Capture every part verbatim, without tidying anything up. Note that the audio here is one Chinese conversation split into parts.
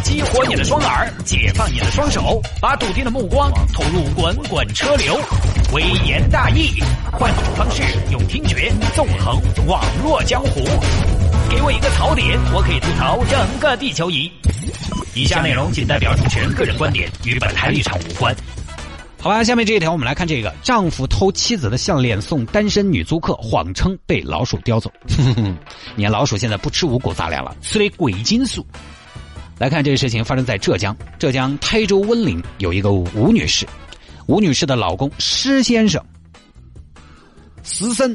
激活你的双耳，解放你的双手，把笃定的目光投入滚滚车流。微言大义，换种方式用听觉纵横网络江湖。给我一个槽点，我可以吐槽整个地球仪。以下内容仅代表主持人个人观点，与本台立场无关。好吧，下面这一条我们来看这个：丈夫偷妻子的项链送单身女租客，谎称被老鼠叼走。你看老鼠现在不吃五谷杂粮了，吃的贵金属。来看这个事情发生在浙江，浙江台州温岭有一个吴女士，吴女士的老公施先生，私生，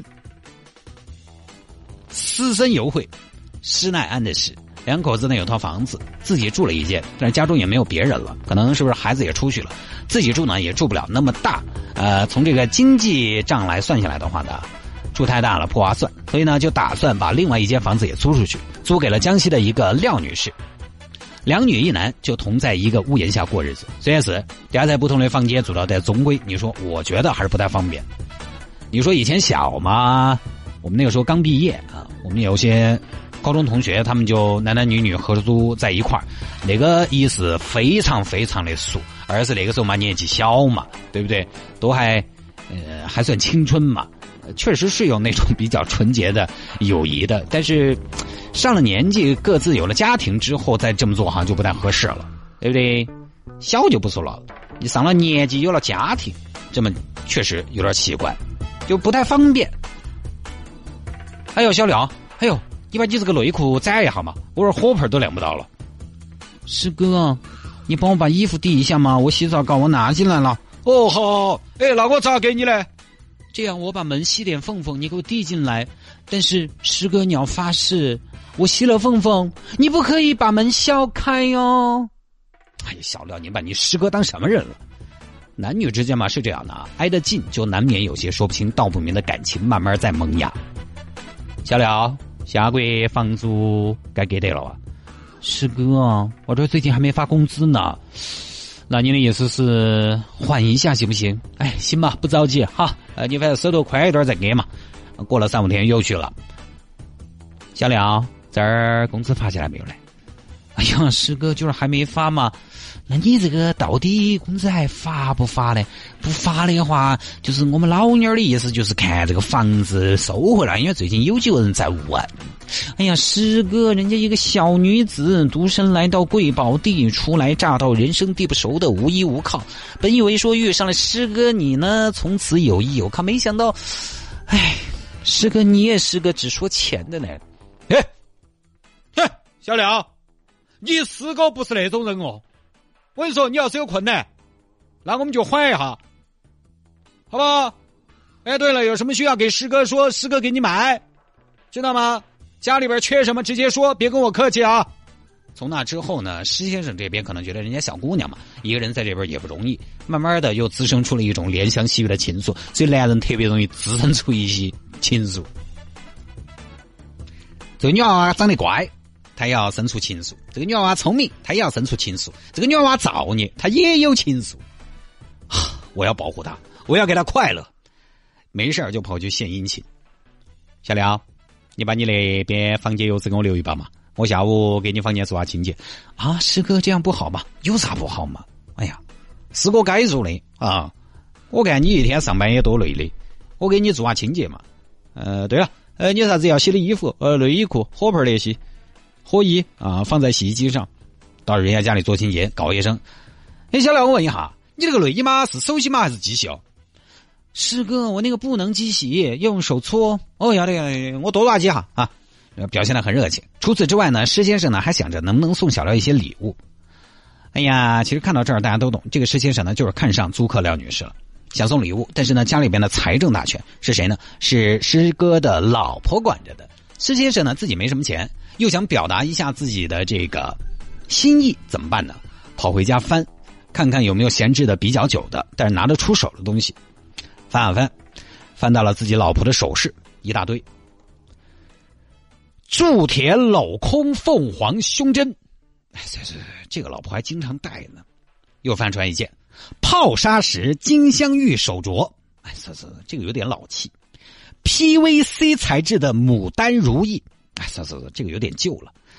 私生游会，施耐庵的施。两口子呢有套房子，自己住了一间，但是家中也没有别人了，可能是不是孩子也出去了，自己住呢也住不了那么大，呃，从这个经济账来算下来的话呢，住太大了不划算，所以呢就打算把另外一间房子也租出去，租给了江西的一个廖女士。两女一男就同在一个屋檐下过日子，虽然是大家在不同的房间住到在中规，你说我觉得还是不太方便。你说以前小嘛，我们那个时候刚毕业啊，我们有些高中同学他们就男男女女合租在一块儿，那个一是非常非常的熟，二是那个时候嘛年纪小嘛，对不对？都还呃还算青春嘛，确实是有那种比较纯洁的友谊的，但是上了年纪各自有了家庭之后再这么做好像就不太合适了，对不对？小就不说了，你上了年纪有了家庭，这么确实有点奇怪，就不太方便。还有小廖，还有你把你这个内裤摘一下嘛，我这火盆都亮不到了。师哥，你帮我把衣服递一下吗？我洗澡膏我拿进来了。哦好，哎，那我咋给你嘞？这样我把门吸点缝缝，你给我递进来。但是师哥你要发誓，我吸了缝缝，你不可以把门削开哦。哎呀，小廖，你把你师哥当什么人了？男女之间嘛是这样的啊，挨得近就难免有些说不清道不明的感情慢慢在萌芽。小廖，下个月房租该给得了啊。师哥，我这最近还没发工资呢。那你的意思是换一下行不行？哎，行吧，不着急哈。呃，你反正手头快一点再给嘛。过了三五天又去了。小廖，这儿工资发下来没有嘞？哎呀，师哥就是还没发嘛。那你这个到底工资还发不发呢？不发的话，就是我们老妞的意思就是看这个房子收回来，因为最近有几个人在问。哎呀，师哥，人家一个小女子独身来到贵宝地，初来乍到，人生地不熟的，无依无靠。本以为说遇上了师哥你呢，从此有依有靠，没想到，哎，师哥你也是个只说钱的呢。哎，嘿，小廖，你师哥不是那种人哦。我跟你说，你要是有困难，那我们就缓一下，好不好？哎，对了，有什么需要给师哥说，师哥给你买，知道吗？家里边缺什么直接说，别跟我客气啊。从那之后呢，施先生这边可能觉得人家小姑娘嘛，一个人在这边也不容易，慢慢的又滋生出了一种怜香惜玉的情愫，所以男人特别容易滋生出一些情愫。这个女娃娃长得乖，她也要生出情愫；这个女娃娃聪明，她也要生出情愫；这个女娃娃造孽，她也有情愫。我要保护她，我要给她快乐，没事就跑去献殷勤。小廖，你把你那边房间钥匙给我留一把嘛，我下午给你房间做下清洁。啊，师哥这样不好吗？有啥不好嘛？哎呀，是我该做的啊！我看你一天上班也多累的，我给你做下清洁嘛。呃，对了，呃，你啥子要洗的衣服，呃，内衣裤、火盆那些。火衣啊，放在洗衣机上，到人家家里做清洁，告一声。哎，小廖，我问一下，你这个内衣吗？是手洗吗？还是机洗哦？师哥，我那个不能机洗，要用手搓。哦，要得，我多拿几下啊！表现得很热情。除此之外呢，施先生呢还想着能不能送小廖一些礼物。哎呀，其实看到这儿大家都懂，这个施先生呢就是看上租客廖女士了，想送礼物，但是呢家里边的财政大权是谁呢？是施哥的老婆管着的。施先生呢自己没什么钱，又想表达一下自己的这个心意，怎么办呢？跑回家翻，看看有没有闲置的比较久的，但是拿得出手的东西。翻啊翻，翻到了自己老婆的首饰一大堆，铸铁镂空凤凰胸针，哎，这这这个老婆还经常戴呢。又翻出来一件泡砂石金镶玉手镯，哎，这这这个有点老气。P V C 材质的牡丹如意，哎，这这这个有点旧了。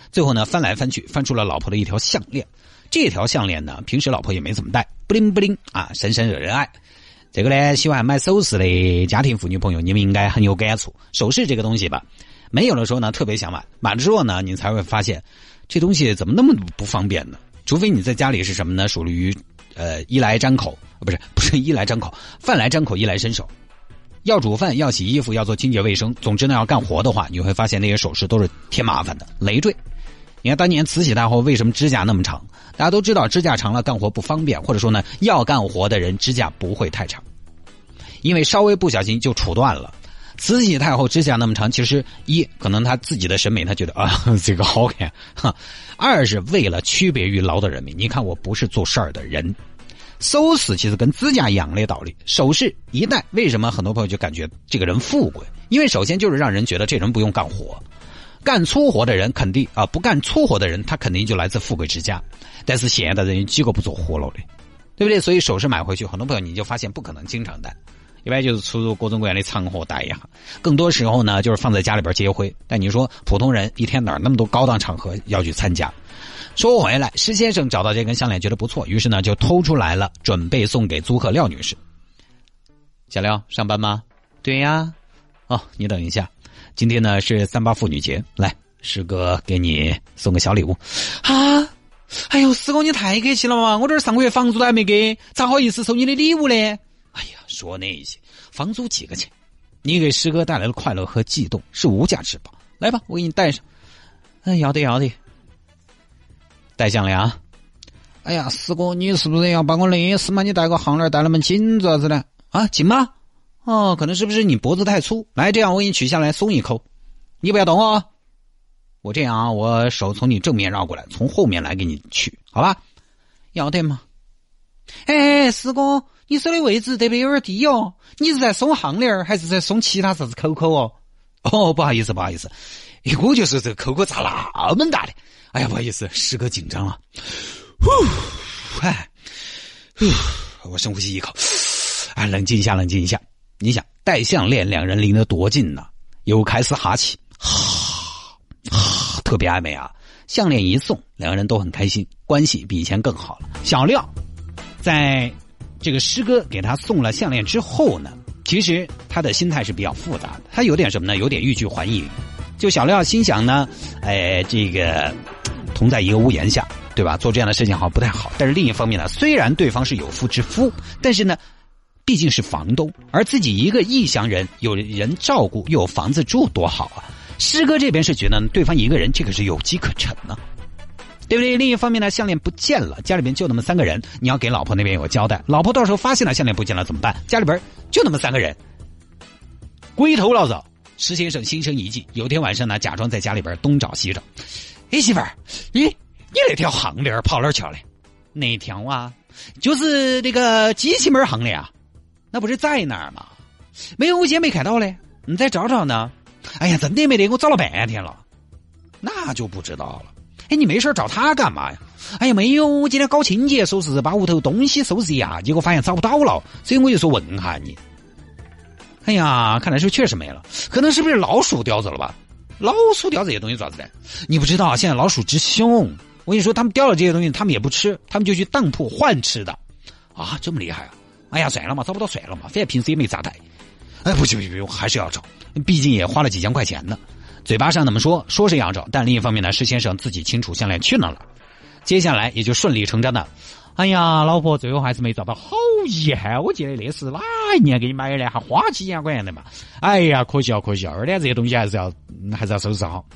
最后呢，翻来翻去，翻出了老婆的一条项链。这条项链呢，平时老婆也没怎么戴，不灵不灵啊，闪闪惹人爱。这个呢，喜欢买首饰的家庭妇女朋友，你们应该很有感触。首饰这个东西吧，没有的时候呢，特别想买，买了之后呢，你才会发现这东西怎么那么不方便呢？除非你在家里是什么呢？属于呃衣来张口，不是不是衣来张口，饭来张口，衣来伸手。要煮饭，要洗衣服，要做清洁卫生，总之呢要干活的话，你会发现那些首饰都是挺麻烦的，累赘。你看当年慈禧太后为什么指甲那么长？大家都知道指甲长了干活不方便，或者说呢要干活的人指甲不会太长，因为稍微不小心就杵断了。慈禧太后指甲那么长，其实一可能她自己的审美，她觉得啊这个好看哈；二是为了区别于劳动人民，你看我不是做事儿的人。首饰其实跟指甲一样的道理，首饰一戴，为什么很多朋友就感觉这个人富贵？因为首先就是让人觉得这人不用干活，干粗活的人肯定啊，不干粗活的人他肯定就来自富贵之家。但是现在的人几个不做活了的，对不对？所以首饰买回去，很多朋友你就发现不可能经常戴，一般就是出入各种各样的场合戴一下，更多时候呢就是放在家里边接灰。但你说普通人一天哪那么多高档场合要去参加？说回来，施先生找到这根项链觉得不错，于是呢就偷出来了，准备送给租客廖女士。小廖上班吗？对呀。哦，你等一下，今天呢是三八妇女节，来，师哥给你送个小礼物。啊，哎呦，师哥你太客气了嘛，我这上个月房租都还没给，咋好意思收你的礼物呢？哎呀，说那些房租几个钱，你给师哥带来了快乐和悸动，是无价之宝。来吧，我给你带上。哎，要得要得。戴项链啊！哎呀，师哥，你是不是要把我累死吗？你戴个项链戴那么紧，咋子的？啊，紧吗？哦，可能是不是你脖子太粗？来，这样我给你取下来，松一口，你不要动哦。我这样啊，我手从你正面绕过来，从后面来给你取，好吧？要得吗？哎，师哥，你手的位置得不得有点低哦？你是在松项链还是在松其他啥子扣扣哦？哦，不好意思，不好意思，我就是这个扣扣咋那么大的？哎呀，不好意思，师哥紧张了。呼，哎，呼，我深呼吸一口，哎，冷静一下，冷静一下。你想戴项链，两人离得多近呢？又开始哈气，哈，哈，特别暧昧啊！项链一送，两个人都很开心，关系比以前更好了。小廖在这个师哥给他送了项链之后呢，其实他的心态是比较复杂的，他有点什么呢？有点欲拒还迎。就小廖心想呢，哎，这个同在一个屋檐下，对吧？做这样的事情好像不太好。但是另一方面呢，虽然对方是有妇之夫，但是呢，毕竟是房东，而自己一个异乡人，有人照顾又有房子住，多好啊！师哥这边是觉得对方一个人，这个是有机可乘呢、啊，对不对？另一方面呢，项链不见了，家里边就那么三个人，你要给老婆那边有个交代。老婆到时候发现了项链不见了怎么办？家里边就那么三个人，龟头老早。施先生心生一计，有天晚上呢，假装在家里边东找西找。哎，媳妇儿，咦，你那条项链跑哪儿去了？哪条啊？就是那个机器门项链啊，那不是在那儿吗？没有，我今天没看到嘞，你再找找呢。哎呀，真的没得，我找了半天了。那就不知道了。哎，你没事找他干嘛呀？哎呀，没有，我今天搞清洁，收拾把屋头东西收拾一下，结果发现找不到了，所以我就说问下你。哎呀，看来是确实没了，可能是不是老鼠叼走了吧？老鼠叼这些东西咋子的？你不知道，现在老鼠之凶。我跟你说，他们叼了这些东西，他们也不吃，他们就去当铺换吃的。啊，这么厉害啊！哎呀，算了嘛，找不到算了嘛，反正平时也没咋带。哎，不行不行，还是要找，毕竟也花了几千块钱呢。嘴巴上那么说，说是要找，但另一方面呢，施先生自己清楚项链去哪了。接下来也就顺理成章的。哎呀，老婆，最后还是没找到，好遗憾！我记得那是哪一年给你买的，还花几千块钱的嘛。哎呀，可惜啊，可惜啊！而且这些东西还是要，还是要收拾好。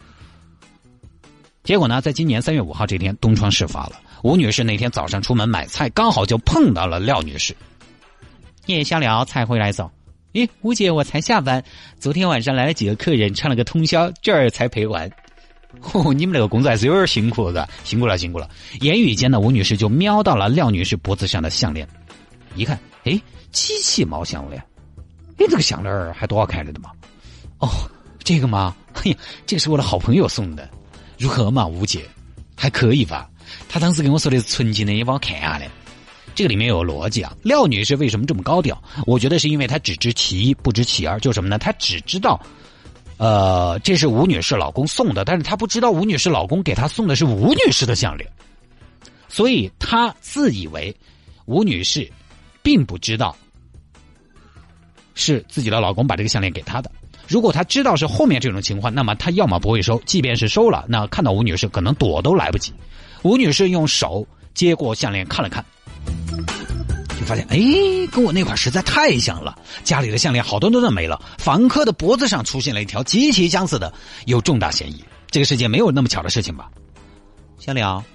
结果呢，在今年三月五号这天，东窗事发了。吴女士那天早上出门买菜，刚好就碰到了廖女士。叶小廖，菜回来走。咦，吴姐，我才下班，昨天晚上来了几个客人，唱了个通宵，这儿才陪完。哦，你们那个工作还是有点辛苦的，辛苦了，辛苦了。言语间呢，吴女士就瞄到了廖女士脖子上的项链，一看，哎，机器毛项链，哎，这个项链还多好看着的嘛。哦，这个吗？哎呀，这是我的好朋友送的，如何嘛，吴姐？还可以吧？他当时跟我说的是纯金的，你帮我看下来。这个里面有逻辑啊。廖女士为什么这么高调？我觉得是因为她只知其一，不知其二，就什么呢？她只知道呃，这是吴女士老公送的，但是她不知道吴女士老公给她送的是吴女士的项链，所以她自以为吴女士并不知道是自己的老公把这个项链给她的。如果她知道是后面这种情况，那么她要么不会收，即便是收了，那看到吴女士可能躲都来不及。吴女士用手接过项链看了看，就发现哎，跟我那块实在太像了，家里的项链好多都没了，房客的脖子上出现了一条极其相似的，有重大嫌疑。这个世界没有那么巧的事情吧？小廖，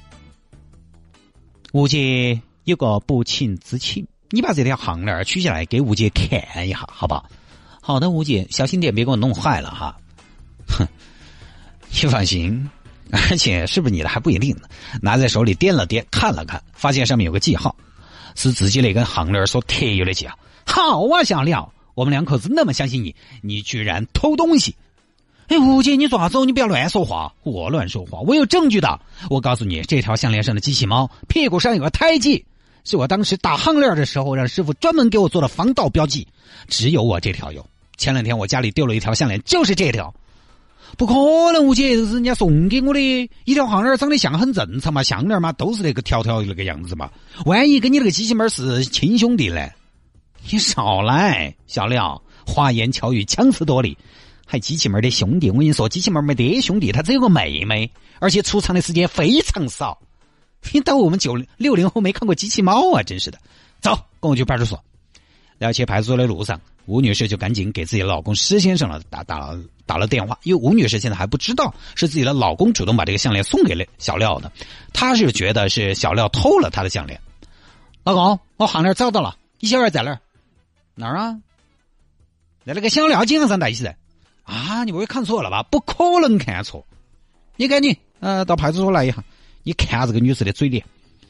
吴姐有个不情之请，你把这条项链取下来给吴姐看一下好不好？好的，吴姐，小心点别给我弄坏了哈。哼，你放心，而且是不是你的还不一定呢。拿在手里掂了掂，看了看，发现上面有个记号，是自己那根项链所特有的记号。好啊，小廖，我们两口子那么相信你，你居然偷东西！哎，吴姐，你抓走，你不要乱说话。我乱说话，我有证据的。我告诉你，这条项链上的机器猫屁股上有个胎记，是我当时打项链的时候让师傅专门给我做的防盗标记，只有我这条有。前两天我家里丢了一条项链，就是这条。不可能，吴姐，这是人家送给我的一条项链，长得像很正常嘛，项链嘛都是那个条条那个样子嘛，万一跟你那个机器猫是亲兄弟嘞？你少来，小廖，花言巧语，强词夺理，还机器猫的兄弟？我跟你说，机器猫没得兄弟，他只有个妹妹，而且出场的时间非常少。你当我们九六零后没看过机器猫啊？真是的。走，跟我去派出所。要去派出所的路上，吴女士就赶紧给自己的老公施先生了打打了打了电话，因为吴女士现在还不知道是自己的老公主动把这个项链送给了小廖的，她是觉得是小廖偷了她的项链。老公，我项链找到了，你小孩在哪儿？哪儿啊？在那个小廖颈上戴起来。啊，你不会看错了吧？不可能看错。你赶紧呃到派出所来一下，你看这个女士的嘴脸。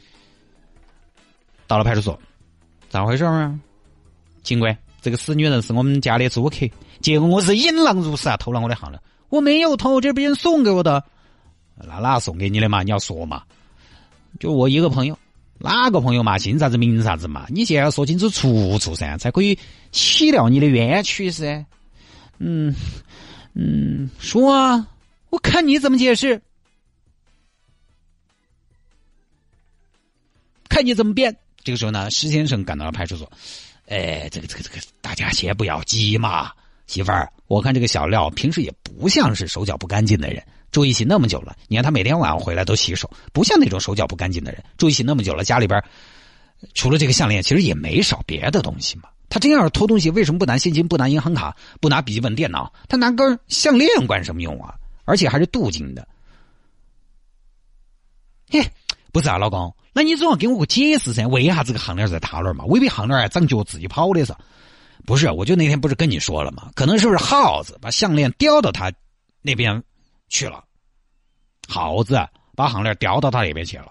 到了派出所，咋回事啊？警官，这个死女人是我们家的租客，结果我是引狼入室啊，偷了我的项链。我没有偷，这别人送给我的。那哪送给你的嘛？你要说嘛。就我一个朋友，哪个朋友嘛？姓啥子名啥子嘛？你现在要说清楚处处噻，才可以洗掉你的冤屈噻。嗯嗯，说啊，我看你怎么解释，看你怎么辩。这个时候呢，施先生赶到了派出所。哎，这个这个这个，大家先不要急嘛。媳妇儿，我看这个小廖平时也不像是手脚不干净的人，住一起那么久了，你看他每天晚上回来都洗手，不像那种手脚不干净的人。住一起那么久了，家里边除了这个项链，其实也没少别的东西嘛。他真要是偷东西，为什么不拿现金，不拿银行卡，不拿笔记本电脑？他拿根项链管什么用啊？而且还是镀金的。嘿，不是啊，老公，那你总要给我个解释噻，为啥这个项链在他那儿嘛？未必项链还长脚自己跑的噻。不是，我就那天不是跟你说了吗？可能是不是耗子把项链叼到他那边去了？耗子把项链叼到他那边去了。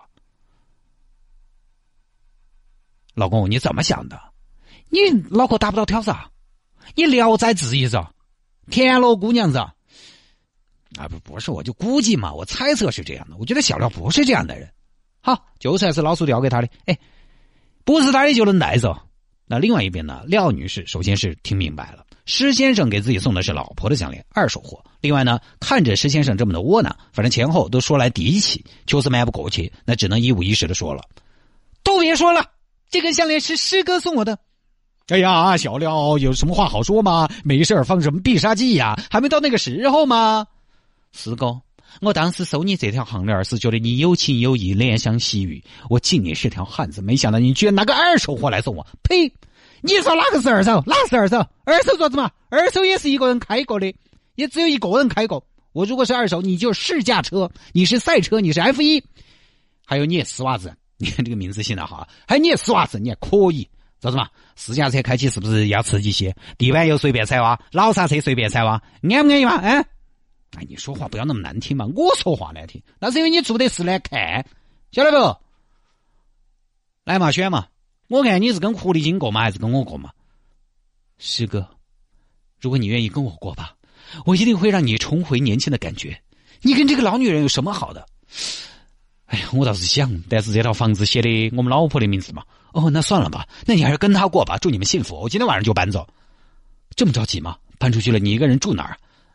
老公，你怎么想的？你脑壳打不到挑子，你聊斋志异子，田螺姑娘子啊？不不是，我就估计嘛，我猜测是这样的。我觉得小廖不是这样的人。好，就算是老鼠叼给他的，哎，不是他的就能带走。那另外一边呢，廖女士首先是听明白了，施先生给自己送的是老婆的项链，二手货。另外呢，看着施先生这么的窝囊，反正前后都说来敌气，确实瞒不过去，那只能一五一十的说了。都别说了，这根项链是师哥送我的。哎呀，小廖有什么话好说吗？没事放什么必杀技呀？还没到那个时候吗？师哥，我当时收你这条项链是觉得你有情有义，怜香惜玉，我敬你是条汉子，没想到你居然拿个二手货来送我。呸！你说哪个是二手？哪是二手？二手做什么？二手也是一个人开过的，也只有一个人开过。我如果是二手，你就是试驾车，你是赛车，你是 F 一， 还有你也丝袜子，你看这个名字写得好，还有你也丝袜子，你也可以。做什么？试驾车开起是不是要刺激些？地板又随便踩哇，老刹车随便踩哇，安不安逸嘛？哎，哎，你说话不要那么难听嘛！我说话难听，那是因为你做的事来看，晓得不？来嘛，选嘛！我看你是跟狐狸精过吗？还是跟我过嘛？师哥，如果你愿意跟我过吧，我一定会让你重回年轻的感觉。你跟这个老女人有什么好的？哎呀，我倒是想，但是这套房子写的我们老婆的名字嘛。哦，那算了吧，那你还是跟他过吧，祝你们幸福。我今天晚上就搬走。这么着急吗？搬出去了，你一个人住哪儿？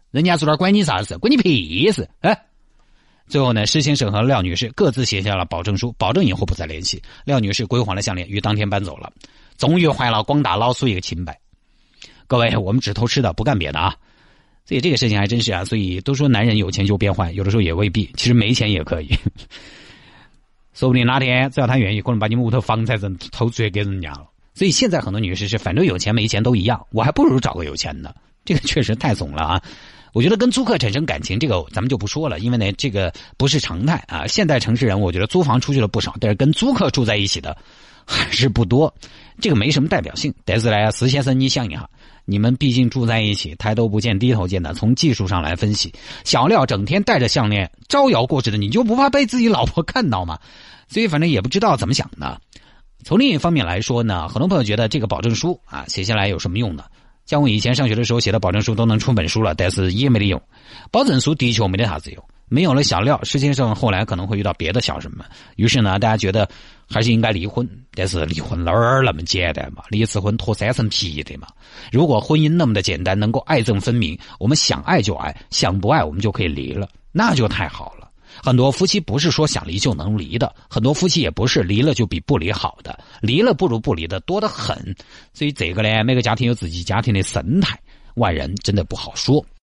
人家做那关你啥事？关你屁事！哎。最后呢，施先生和廖女士各自写下了保证书，保证以后不再联系。廖女士归还了项链，于当天搬走了，终于还了广大老苏一个清白。各位，我们只偷吃的，不干别的啊。所以这个事情还真是啊，所以都说男人有钱就变坏，有的时候也未必，其实没钱也可以。说不定哪天只要他愿意，可能把你们屋头房产证偷出去给人家了。所以现在很多女士是反正有钱没钱都一样，我还不如找个有钱的，这个确实太怂了啊。我觉得跟租客产生感情，这个咱们就不说了，因为呢，这个不是常态啊。现代城市人，我觉得租房出去了不少，但是跟租客住在一起的还是不多，这个没什么代表性。但是呢，施先生，你想一下，你们毕竟住在一起，抬头不见低头见的。从技术上来分析，小廖整天戴着项链招摇过市的，你就不怕被自己老婆看到吗？所以反正也不知道怎么想的。从另一方面来说呢，很多朋友觉得这个保证书啊写下来有什么用呢？像我以前上学的时候写的保证书都能出本书了，但是也没得用。保证书的确没得啥子用，没有了小廖，施先生后来可能会遇到别的小什么，于是呢，大家觉得还是应该离婚。但是离婚哪儿那么简单嘛？离一次婚脱三层皮的嘛。如果婚姻那么的简单，能够爱憎分明，我们想爱就爱，想不爱我们就可以离了，那就太好了。很多夫妻不是说想离就能离的，很多夫妻也不是离了就比不离好的，离了不如不离的多得很。所以这个呢，每个家庭有自己家庭的生态，外人真的不好说。